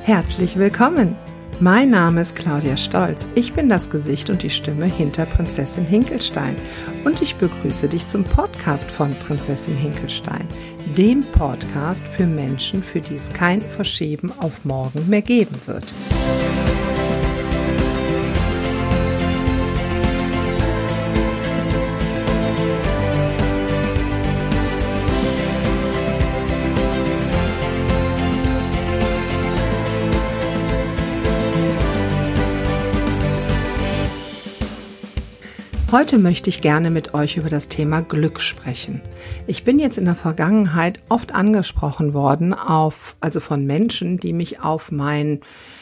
Herzlich willkommen! Mein Name ist Claudia Stolz. Ich bin das Gesicht und die Stimme hinter Prinzessin Hinkelstein und ich begrüße dich zum Podcast von Prinzessin Hinkelstein, dem Podcast für Menschen, für die es kein Verschieben auf morgen mehr geben wird. Heute möchte ich gerne mit euch über das Thema Glück sprechen. Ich bin jetzt in der Vergangenheit oft angesprochen worden, von Menschen, die mich auf meinen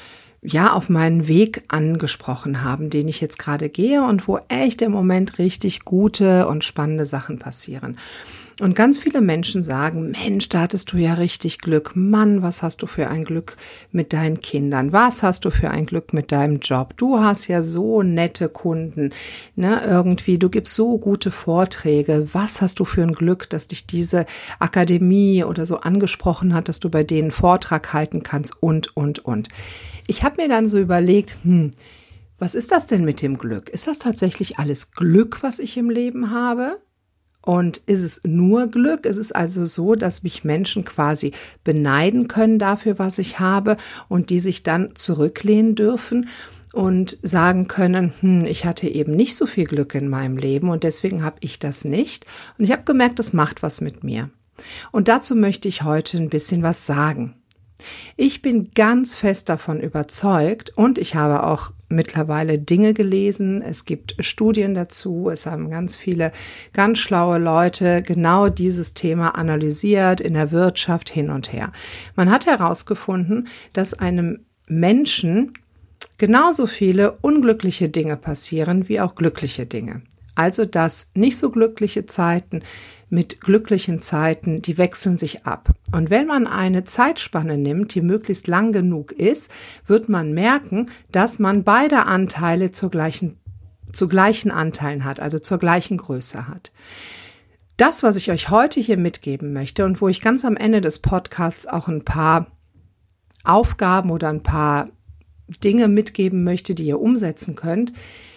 Weg angesprochen haben, den ich jetzt gerade gehe und wo echt im Moment richtig gute und spannende Sachen passieren. Und ganz viele Menschen sagen, Mensch, da hattest du ja richtig Glück. Mann, was hast du für ein Glück mit deinen Kindern? Was hast du für ein Glück mit deinem Job? Du hast ja so nette Kunden, ne? Irgendwie, du gibst so gute Vorträge. Was hast du für ein Glück, dass dich diese Akademie oder so angesprochen hat, dass du bei denen einen Vortrag halten kannst und. Ich habe mir dann so überlegt, was ist das denn mit dem Glück? Ist das tatsächlich alles Glück, was ich im Leben habe? Und ist es nur Glück? Ist es also so, dass mich Menschen quasi beneiden können dafür, was ich habe und die sich dann zurücklehnen dürfen und sagen können, ich hatte eben nicht so viel Glück in meinem Leben und deswegen habe ich das nicht. Und ich habe gemerkt, das macht was mit mir. Und dazu möchte ich heute ein bisschen was sagen. Ich bin ganz fest davon überzeugt und ich habe auch mittlerweile Dinge gelesen, es gibt Studien dazu, es haben ganz viele ganz schlaue Leute genau dieses Thema analysiert in der Wirtschaft hin und her. Man hat herausgefunden, dass einem Menschen genauso viele unglückliche Dinge passieren wie auch glückliche Dinge. Also dass nicht so glückliche Zeiten mit glücklichen Zeiten, die wechseln sich ab. Und wenn man eine Zeitspanne nimmt, die möglichst lang genug ist, wird man merken, dass man beide Anteile zu gleichen Anteilen hat, also zur gleichen Größe hat. Das, was ich euch heute hier mitgeben möchte und wo ich ganz am Ende des Podcasts auch ein paar Aufgaben oder ein paar Dinge mitgeben möchte, die ihr umsetzen könnt,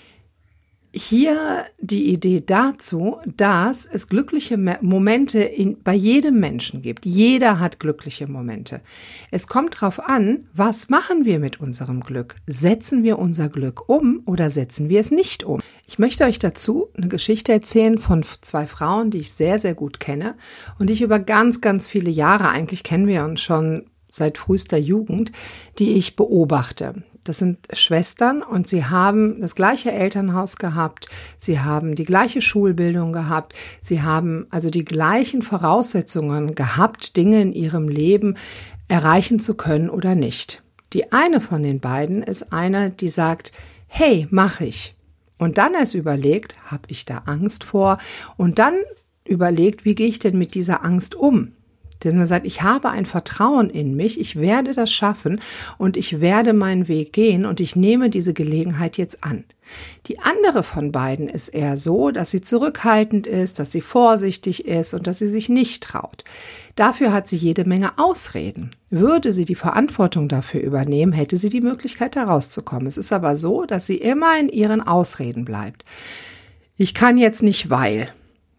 hier die Idee dazu, dass es glückliche Momente bei jedem Menschen gibt. Jeder hat glückliche Momente. Es kommt darauf an, was machen wir mit unserem Glück? Setzen wir unser Glück um oder setzen wir es nicht um? Ich möchte euch dazu eine Geschichte erzählen von 2 Frauen, die ich sehr, sehr gut kenne und die ich über ganz, ganz viele Jahre, eigentlich kennen wir uns schon seit frühester Jugend, die ich beobachte. Das sind Schwestern und sie haben das gleiche Elternhaus gehabt, sie haben die gleiche Schulbildung gehabt, sie haben also die gleichen Voraussetzungen gehabt, Dinge in ihrem Leben erreichen zu können oder nicht. Die eine von den beiden ist eine, die sagt, hey, mach ich. Und dann erst überlegt, habe ich da Angst vor? Und dann überlegt, wie gehe ich denn mit dieser Angst um? Denn er sagt, ich habe ein Vertrauen in mich, ich werde das schaffen und ich werde meinen Weg gehen und ich nehme diese Gelegenheit jetzt an. Die andere von beiden ist eher so, dass sie zurückhaltend ist, dass sie vorsichtig ist und dass sie sich nicht traut. Dafür hat sie jede Menge Ausreden. Würde sie die Verantwortung dafür übernehmen, hätte sie die Möglichkeit, da rauszukommen. Es ist aber so, dass sie immer in ihren Ausreden bleibt. Ich kann jetzt nicht, weil...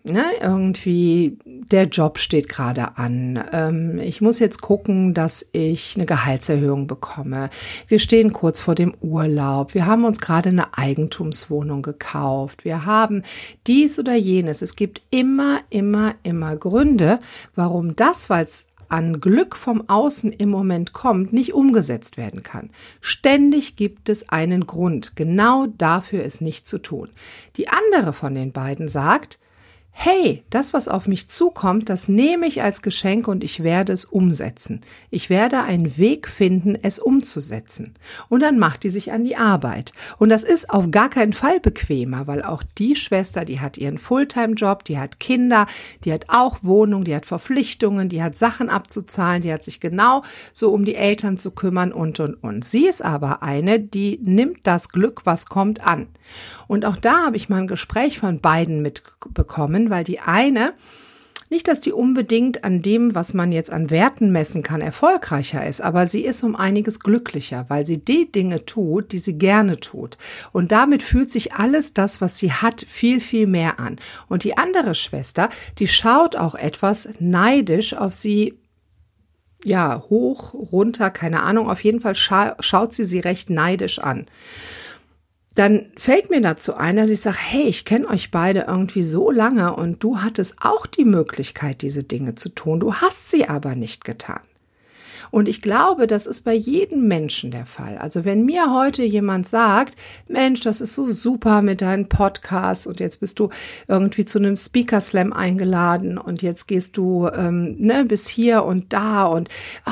irgendwie der Job steht gerade an. Ich muss jetzt gucken, dass ich eine Gehaltserhöhung bekomme. Wir stehen kurz vor dem Urlaub. Wir haben uns gerade eine Eigentumswohnung gekauft. Wir haben dies oder jenes. Es gibt immer Gründe, warum das, weil es an Glück vom Außen im Moment kommt, nicht umgesetzt werden kann. Ständig gibt es einen Grund, genau dafür es nicht zu tun. Die andere von den beiden sagt, hey, das, was auf mich zukommt, das nehme ich als Geschenk und ich werde es umsetzen. Ich werde einen Weg finden, es umzusetzen. Und dann macht die sich an die Arbeit. Und das ist auf gar keinen Fall bequemer, weil auch die Schwester, die hat ihren Fulltime-Job, die hat Kinder, die hat auch Wohnung, die hat Verpflichtungen, die hat Sachen abzuzahlen, die hat sich genau so um die Eltern zu kümmern und. Sie ist aber eine, die nimmt das Glück, was kommt, an. Und auch da habe ich mal ein Gespräch von beiden mitbekommen, weil die eine Nicht, dass die unbedingt an dem, was man jetzt an Werten messen kann, erfolgreicher ist, aber sie ist um einiges glücklicher, weil sie die Dinge tut, die sie gerne tut. Und damit fühlt sich alles das, was sie hat, viel, viel mehr an. Und die andere Schwester, die schaut auch etwas neidisch auf sie, ja, hoch, runter, keine Ahnung, auf jeden Fall schaut sie recht neidisch an. Dann fällt mir dazu ein, dass ich sage, hey, ich kenne euch beide irgendwie so lange und du hattest auch die Möglichkeit, diese Dinge zu tun. Du hast sie aber nicht getan. Und ich glaube, das ist bei jedem Menschen der Fall. Also wenn mir heute jemand sagt, Mensch, das ist so super mit deinen Podcasts und jetzt bist du irgendwie zu einem Speaker Slam eingeladen und jetzt gehst du bis hier und da und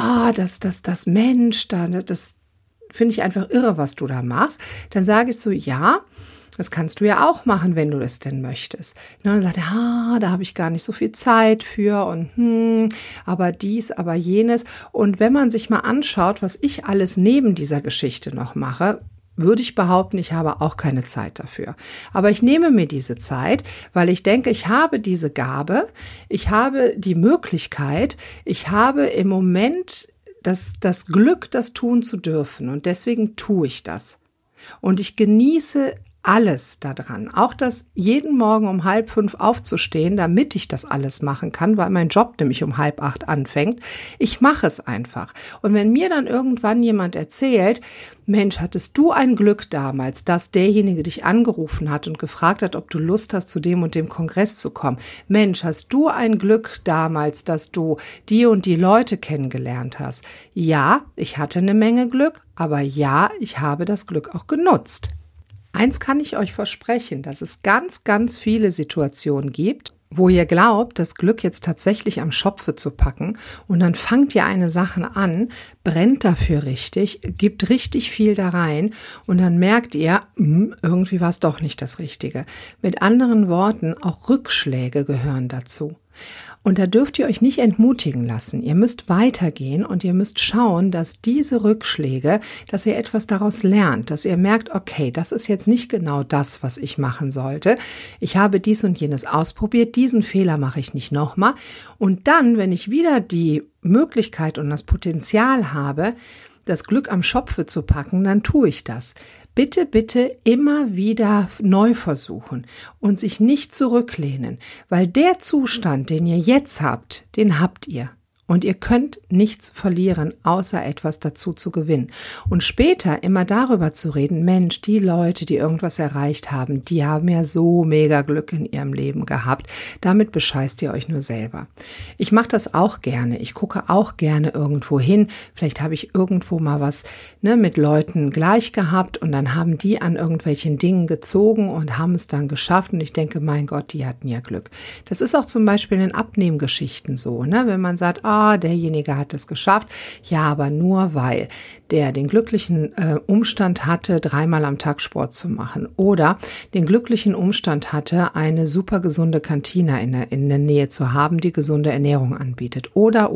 das Mensch, das finde ich einfach irre, was du da machst, dann sage ich so, ja, das kannst du ja auch machen, wenn du es denn möchtest. Und dann sagt er, da habe ich gar nicht so viel Zeit für und aber dies, aber jenes. Und wenn man sich mal anschaut, was ich alles neben dieser Geschichte noch mache, würde ich behaupten, ich habe auch keine Zeit dafür. Aber ich nehme mir diese Zeit, weil ich denke, ich habe diese Gabe, ich habe die Möglichkeit, ich habe im Moment das Glück, das tun zu dürfen. Und deswegen tue ich das. Und ich genieße alles daran. Auch das jeden Morgen um 4:30 aufzustehen, damit ich das alles machen kann, weil mein Job nämlich um 7:30 anfängt. Ich mache es einfach. Und wenn mir dann irgendwann jemand erzählt, Mensch, hattest du ein Glück damals, dass derjenige dich angerufen hat und gefragt hat, ob du Lust hast, zu dem und dem Kongress zu kommen. Mensch, hast du ein Glück damals, dass du die und die Leute kennengelernt hast. Ja, ich hatte eine Menge Glück, aber ja, ich habe das Glück auch genutzt. Eins kann ich euch versprechen, dass es ganz, ganz viele Situationen gibt, wo ihr glaubt, das Glück jetzt tatsächlich am Schopfe zu packen und dann fangt ihr eine Sache an, brennt dafür richtig, gibt richtig viel da rein und dann merkt ihr, irgendwie war es doch nicht das Richtige. Mit anderen Worten, auch Rückschläge gehören dazu. Und da dürft ihr euch nicht entmutigen lassen. Ihr müsst weitergehen und ihr müsst schauen, dass diese Rückschläge, dass ihr etwas daraus lernt, dass ihr merkt, okay, das ist jetzt nicht genau das, was ich machen sollte. Ich habe dies und jenes ausprobiert, diesen Fehler mache ich nicht nochmal. Und dann, wenn ich wieder die Möglichkeit und das Potenzial habe, das Glück am Schopfe zu packen, dann tue ich das. Bitte, bitte immer wieder neu versuchen und sich nicht zurücklehnen, weil der Zustand, den ihr jetzt habt, den habt ihr. Und ihr könnt nichts verlieren, außer etwas dazu zu gewinnen. Und später immer darüber zu reden, Mensch, die Leute, die irgendwas erreicht haben, die haben ja so mega Glück in ihrem Leben gehabt. Damit bescheißt ihr euch nur selber. Ich mache das auch gerne. Ich gucke auch gerne irgendwo hin. Vielleicht habe ich irgendwo mal was mit Leuten gleich gehabt und dann haben die an irgendwelchen Dingen gezogen und haben es dann geschafft. Und ich denke, mein Gott, die hatten ja Glück. Das ist auch zum Beispiel in Abnehmgeschichten so, wenn man sagt, derjenige hat es geschafft, ja, aber nur weil der den glücklichen Umstand hatte, 3-mal am Tag Sport zu machen oder den glücklichen Umstand hatte, eine super gesunde Kantine in der Nähe zu haben, die gesunde Ernährung anbietet oder.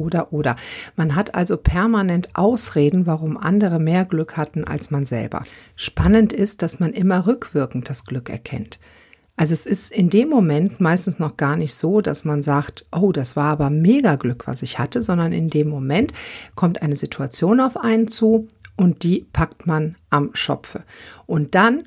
Man hat also permanent Ausreden, warum andere mehr Glück hatten als man selber. Spannend ist, dass man immer rückwirkend das Glück erkennt. Also es ist in dem Moment meistens noch gar nicht so, dass man sagt, oh, das war aber mega Glück, was ich hatte, sondern in dem Moment kommt eine Situation auf einen zu und die packt man am Schopfe. Und dann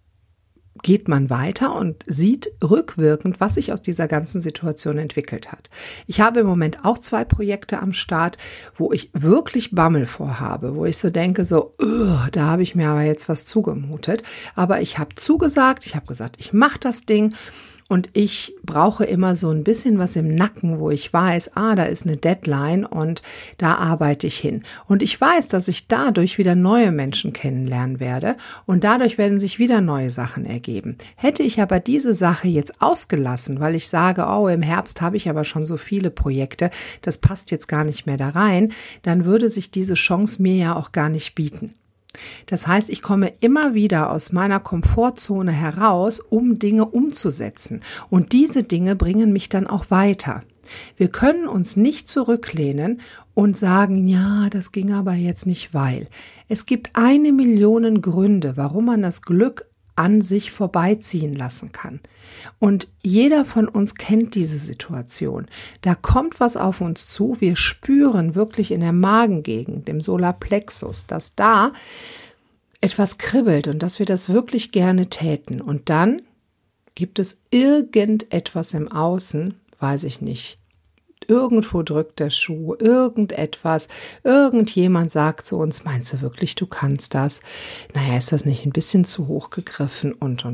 geht man weiter und sieht rückwirkend, was sich aus dieser ganzen Situation entwickelt hat. Ich habe im Moment auch 2 Projekte am Start, wo ich wirklich Bammel vorhabe, wo ich so denke, da habe ich mir aber jetzt was zugemutet. Aber ich habe zugesagt, ich habe gesagt, ich mache das Ding. Und ich brauche immer so ein bisschen was im Nacken, wo ich weiß, da ist eine Deadline und da arbeite ich hin. Und ich weiß, dass ich dadurch wieder neue Menschen kennenlernen werde und dadurch werden sich wieder neue Sachen ergeben. Hätte ich aber diese Sache jetzt ausgelassen, weil ich sage, im Herbst habe ich aber schon so viele Projekte, das passt jetzt gar nicht mehr da rein, dann würde sich diese Chance mir ja auch gar nicht bieten. Das heißt, ich komme immer wieder aus meiner Komfortzone heraus, um Dinge umzusetzen. Und diese Dinge bringen mich dann auch weiter. Wir können uns nicht zurücklehnen und sagen, ja, das ging aber jetzt nicht, weil. Es gibt 1 Million Gründe, warum man das Glück an sich vorbeiziehen lassen kann. Und jeder von uns kennt diese Situation. Da kommt was auf uns zu, wir spüren wirklich in der Magengegend, dem Solarplexus, dass da etwas kribbelt und dass wir das wirklich gerne täten. Und dann gibt es irgendetwas im Außen, weiß ich nicht, irgendwo drückt der Schuh, irgendetwas, irgendjemand sagt zu uns, meinst du wirklich, du kannst das? Naja, ist das nicht ein bisschen zu hoch gegriffen und.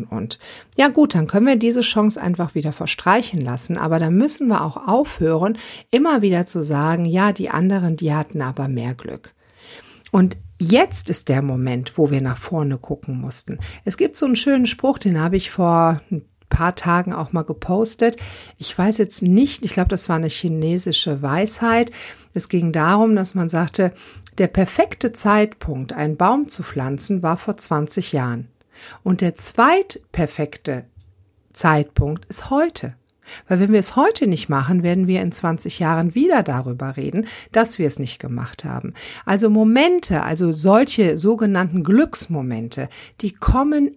Ja gut, dann können wir diese Chance einfach wieder verstreichen lassen, aber dann müssen wir auch aufhören, immer wieder zu sagen, ja, die anderen, die hatten aber mehr Glück. Und jetzt ist der Moment, wo wir nach vorne gucken mussten. Es gibt so einen schönen Spruch, den habe ich vor ein paar Tagen auch mal gepostet. Ich weiß jetzt nicht, ich glaube, das war eine chinesische Weisheit. Es ging darum, dass man sagte, der perfekte Zeitpunkt, einen Baum zu pflanzen, war vor 20 Jahren. Und der zweitperfekte Zeitpunkt ist heute. Weil wenn wir es heute nicht machen, werden wir in 20 Jahren wieder darüber reden, dass wir es nicht gemacht haben. Also Momente, also solche sogenannten Glücksmomente, die kommen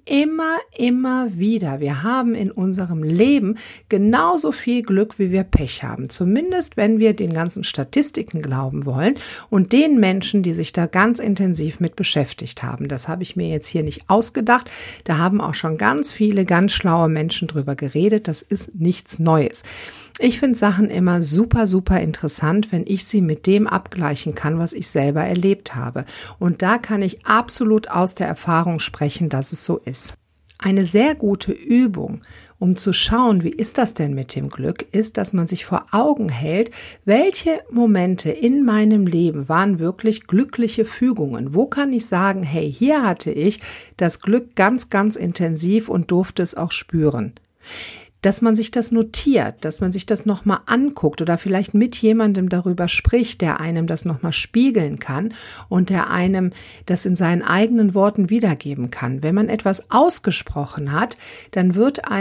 immer wieder. Wir haben in unserem Leben genauso viel Glück, wie wir Pech haben. Zumindest, wenn wir den ganzen Statistiken glauben wollen und den Menschen, die sich da ganz intensiv mit beschäftigt haben. Das habe ich mir jetzt hier nicht ausgedacht. Da haben auch schon ganz viele ganz schlaue Menschen drüber geredet. Das ist nichts Neues. Ich finde Sachen immer super interessant, wenn ich sie mit dem abgleichen kann, was ich selber erlebt habe. Und da kann ich absolut aus der Erfahrung sprechen, dass es so ist. Eine sehr gute Übung, um zu schauen, wie ist das denn mit dem Glück, ist, dass man sich vor Augen hält, welche Momente in meinem Leben waren wirklich glückliche Fügungen. Wo kann ich sagen, hey, hier hatte ich das Glück ganz intensiv und durfte es auch spüren. Dass man sich das notiert, dass man sich das nochmal anguckt oder vielleicht mit jemandem darüber spricht, der einem das nochmal spiegeln kann und der einem das in seinen eigenen Worten wiedergeben kann. Wenn man etwas ausgesprochen hat, dann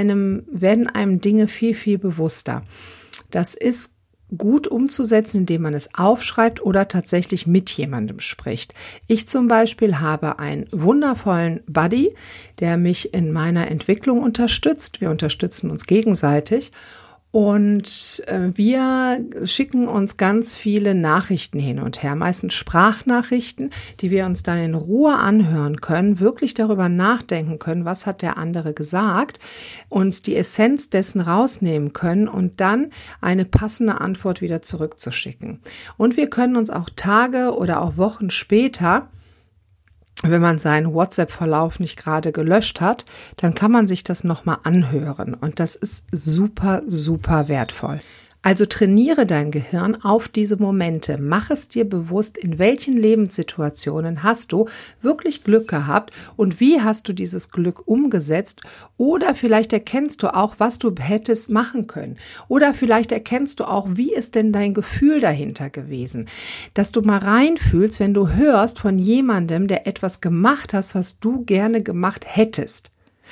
werden einem Dinge viel bewusster. Das ist gut umzusetzen, indem man es aufschreibt oder tatsächlich mit jemandem spricht. Ich zum Beispiel habe einen wundervollen Buddy, der mich in meiner Entwicklung unterstützt. Wir unterstützen uns gegenseitig. Und wir schicken uns ganz viele Nachrichten hin und her, meistens Sprachnachrichten, die wir uns dann in Ruhe anhören können, wirklich darüber nachdenken können, was hat der andere gesagt, uns die Essenz dessen rausnehmen können und dann eine passende Antwort wieder zurückzuschicken. Und wir können uns auch Tage oder auch Wochen später, wenn man seinen WhatsApp-Verlauf nicht gerade gelöscht hat, dann kann man sich das nochmal anhören und das ist super wertvoll. Also trainiere dein Gehirn auf diese Momente. Mach es dir bewusst, in welchen Lebenssituationen hast du wirklich Glück gehabt und wie hast du dieses Glück umgesetzt oder vielleicht erkennst du auch, was du hättest machen können oder vielleicht erkennst du auch, wie ist denn dein Gefühl dahinter gewesen, dass du mal reinfühlst, wenn du hörst von jemandem, der etwas gemacht hast, was du gerne gemacht hättest.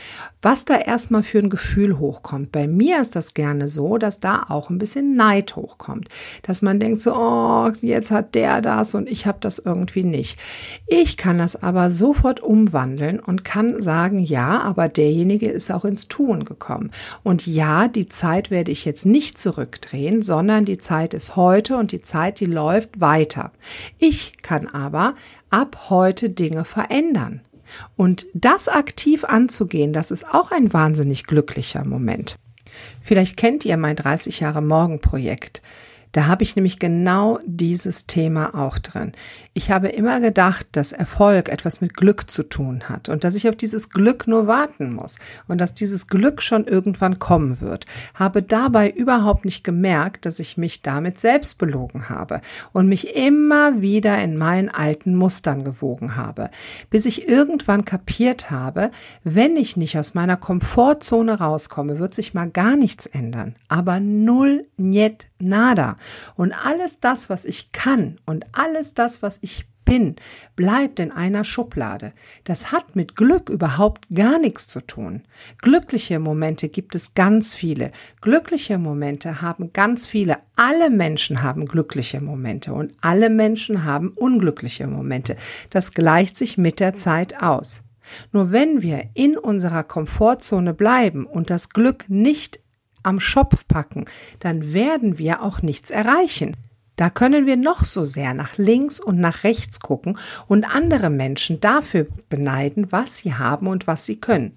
Was da erstmal für ein Gefühl hochkommt. Bei mir ist das gerne so, dass da auch ein bisschen Neid hochkommt. Dass man denkt so, oh, jetzt hat der das und ich habe das irgendwie nicht. Ich kann das aber sofort umwandeln und kann sagen, ja, aber derjenige ist auch ins Tun gekommen. Und ja, die Zeit werde ich jetzt nicht zurückdrehen, sondern die Zeit ist heute und die Zeit, die läuft weiter. Ich kann aber ab heute Dinge verändern. Und das aktiv anzugehen, das ist auch ein wahnsinnig glücklicher Moment. Vielleicht kennt ihr mein 30 Jahre Morgen-Projekt. Da habe ich nämlich genau dieses Thema auch drin. Ich habe immer gedacht, dass Erfolg etwas mit Glück zu tun hat und dass ich auf dieses Glück nur warten muss und dass dieses Glück schon irgendwann kommen wird. Habe dabei überhaupt nicht gemerkt, dass ich mich damit selbst belogen habe und mich immer wieder in meinen alten Mustern gewogen habe, bis ich irgendwann kapiert habe, wenn ich nicht aus meiner Komfortzone rauskomme, wird sich mal gar nichts ändern. Aber null, niet, nada. Und alles das, was ich kann und alles das, was ich bin, bleibt in einer Schublade. Das hat mit Glück überhaupt gar nichts zu tun. Glückliche Momente gibt es ganz viele. Glückliche Momente haben ganz viele. Alle Menschen haben glückliche Momente und alle Menschen haben unglückliche Momente. Das gleicht sich mit der Zeit aus. Nur wenn wir in unserer Komfortzone bleiben und das Glück nicht am Schopf packen, dann werden wir auch nichts erreichen. Da können wir noch so sehr nach links und nach rechts gucken und andere Menschen dafür beneiden, was sie haben und was sie können.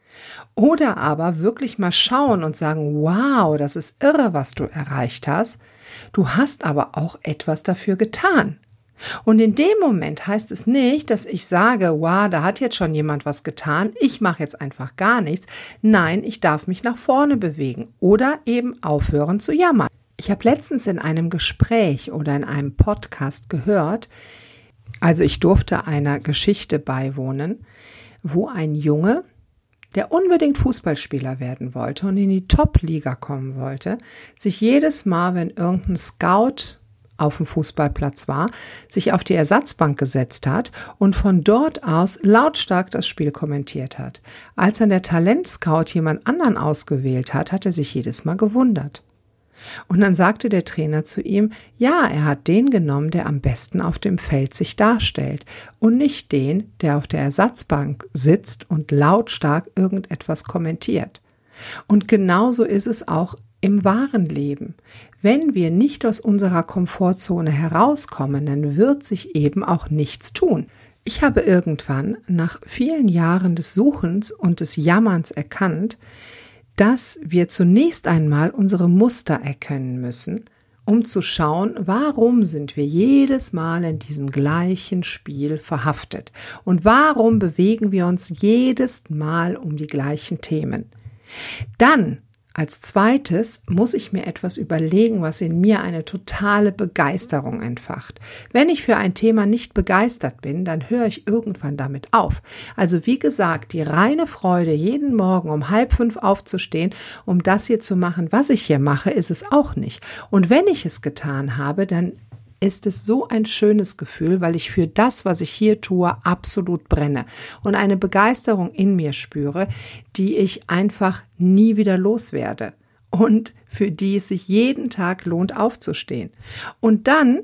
Oder aber wirklich mal schauen und sagen, wow, das ist irre, was du erreicht hast. Du hast aber auch etwas dafür getan. Und in dem Moment heißt es nicht, dass ich sage, wow, da hat jetzt schon jemand was getan, ich mache jetzt einfach gar nichts. Nein, ich darf mich nach vorne bewegen oder eben aufhören zu jammern. Ich habe letztens in einem Gespräch oder in einem Podcast gehört, also ich durfte einer Geschichte beiwohnen, wo ein Junge, der unbedingt Fußballspieler werden wollte und in die Top-Liga kommen wollte, sich jedes Mal, wenn irgendein Scout auf dem Fußballplatz war, sich auf die Ersatzbank gesetzt hat und von dort aus lautstark das Spiel kommentiert hat. Als dann der Talentscout jemand anderen ausgewählt hat, hat er sich jedes Mal gewundert. Und dann sagte der Trainer zu ihm, ja, er hat den genommen, der am besten auf dem Feld sich darstellt und nicht den, der auf der Ersatzbank sitzt und lautstark irgendetwas kommentiert. Und genauso ist es auch im wahren Leben. Wenn wir nicht aus unserer Komfortzone herauskommen, dann wird sich eben auch nichts tun. Ich habe irgendwann nach vielen Jahren des Suchens und des Jammerns erkannt, dass wir zunächst einmal unsere Muster erkennen müssen, um zu schauen, warum sind wir jedes Mal in diesem gleichen Spiel verhaftet und warum bewegen wir uns jedes Mal um die gleichen Themen. Dann als zweites muss ich mir etwas überlegen, was in mir eine totale Begeisterung entfacht. Wenn ich für ein Thema nicht begeistert bin, dann höre ich irgendwann damit auf. Also wie gesagt, die reine Freude, jeden Morgen um 4:30 aufzustehen, um das hier zu machen, was ich hier mache, ist es auch nicht. Und wenn ich es getan habe, dann ist es so ein schönes Gefühl, weil ich für das, was ich hier tue, absolut brenne und eine Begeisterung in mir spüre, die ich einfach nie wieder loswerde und für die es sich jeden Tag lohnt, aufzustehen. Und dann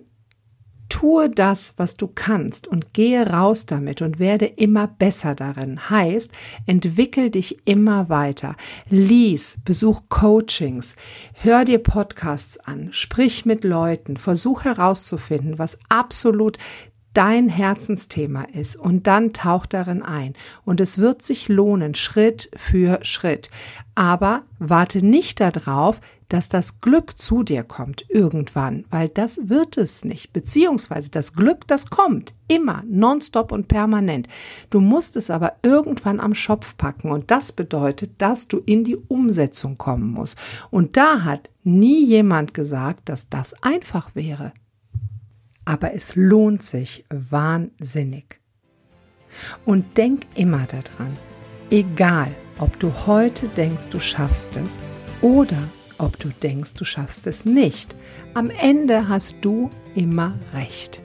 tue das, was du kannst und gehe raus damit und werde immer besser darin. Heißt, entwickel dich immer weiter. Lies, besuch Coachings, hör dir Podcasts an, sprich mit Leuten, versuch herauszufinden, was absolut dein Herzensthema ist und dann tauch darin ein. Und es wird sich lohnen, Schritt für Schritt. Aber warte nicht darauf, dass das Glück zu dir kommt irgendwann, weil das wird es nicht. Beziehungsweise das Glück, das kommt immer, nonstop und permanent. Du musst es aber irgendwann am Schopf packen und das bedeutet, dass du in die Umsetzung kommen musst. Und da hat nie jemand gesagt, dass das einfach wäre. Aber es lohnt sich wahnsinnig. Und denk immer daran, egal ob du heute denkst, du schaffst es oder ob du denkst, du schaffst es nicht, am Ende hast du immer recht.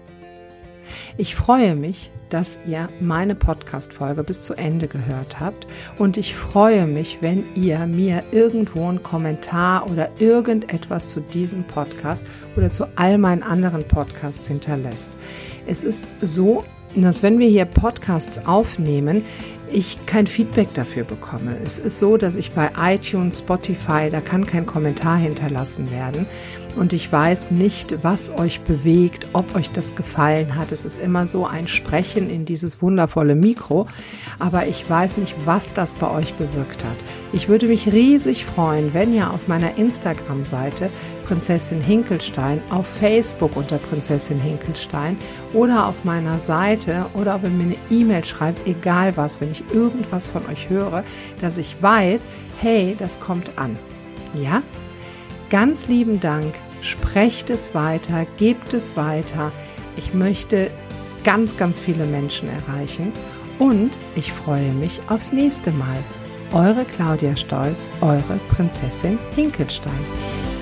Ich freue mich, dass ihr meine Podcast-Folge bis zu Ende gehört habt und ich freue mich, wenn ihr mir irgendwo einen Kommentar oder irgendetwas zu diesem Podcast oder zu all meinen anderen Podcasts hinterlässt. Es ist so, dass wenn wir hier Podcasts aufnehmen, ich kein Feedback dafür bekomme. Es ist so, dass ich bei iTunes, Spotify, da kann kein Kommentar hinterlassen werden. Und ich weiß nicht, was euch bewegt, ob euch das gefallen hat. Es ist immer so ein Sprechen in dieses wundervolle Mikro, aber ich weiß nicht, was das bei euch bewirkt hat. Ich würde mich riesig freuen, wenn ihr auf meiner Instagram-Seite Prinzessin Hinkelstein, auf Facebook unter Prinzessin Hinkelstein oder auf meiner Seite oder ob ihr mir eine E-Mail schreibt, egal was, wenn ich irgendwas von euch höre, dass ich weiß, hey, das kommt an. Ja? Ganz lieben Dank, sprecht es weiter, gebt es weiter. Ich möchte ganz, ganz viele Menschen erreichen und ich freue mich aufs nächste Mal. Eure Claudia Stolz, eure Prinzessin Hinkelstein.